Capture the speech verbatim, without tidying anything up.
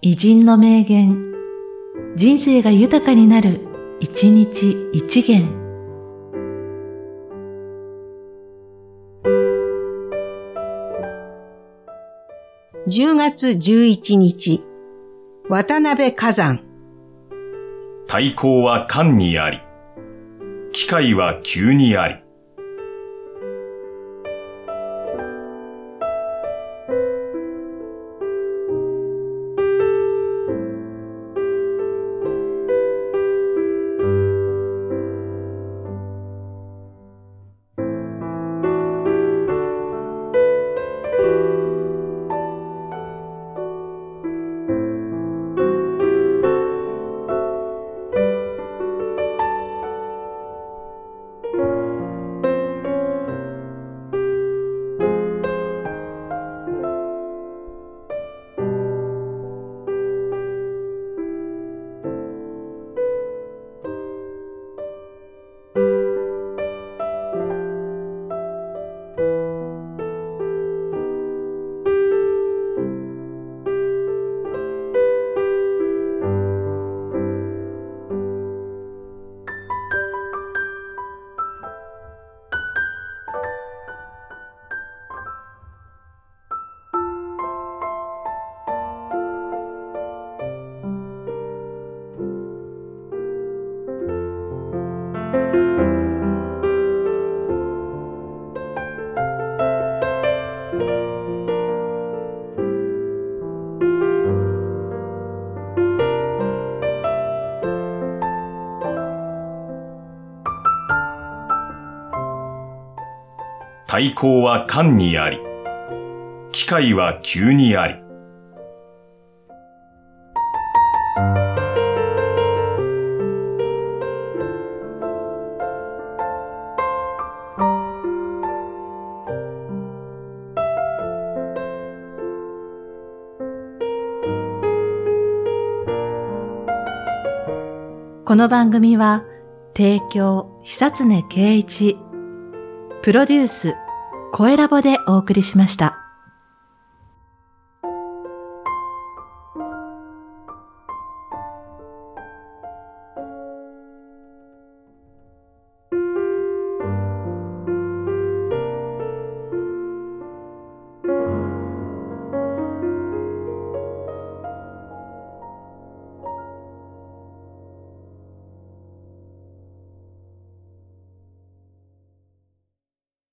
偉人の名言、人生が豊かになる、一日一元。 じゅうがつじゅういちにち、渡辺崋山。 大功は漢にあり、機会は急にあり。大功は漢にあり、機会は急にあり。 この番組は、提供、久常圭一、プロデュース、声ラボでお送りしました。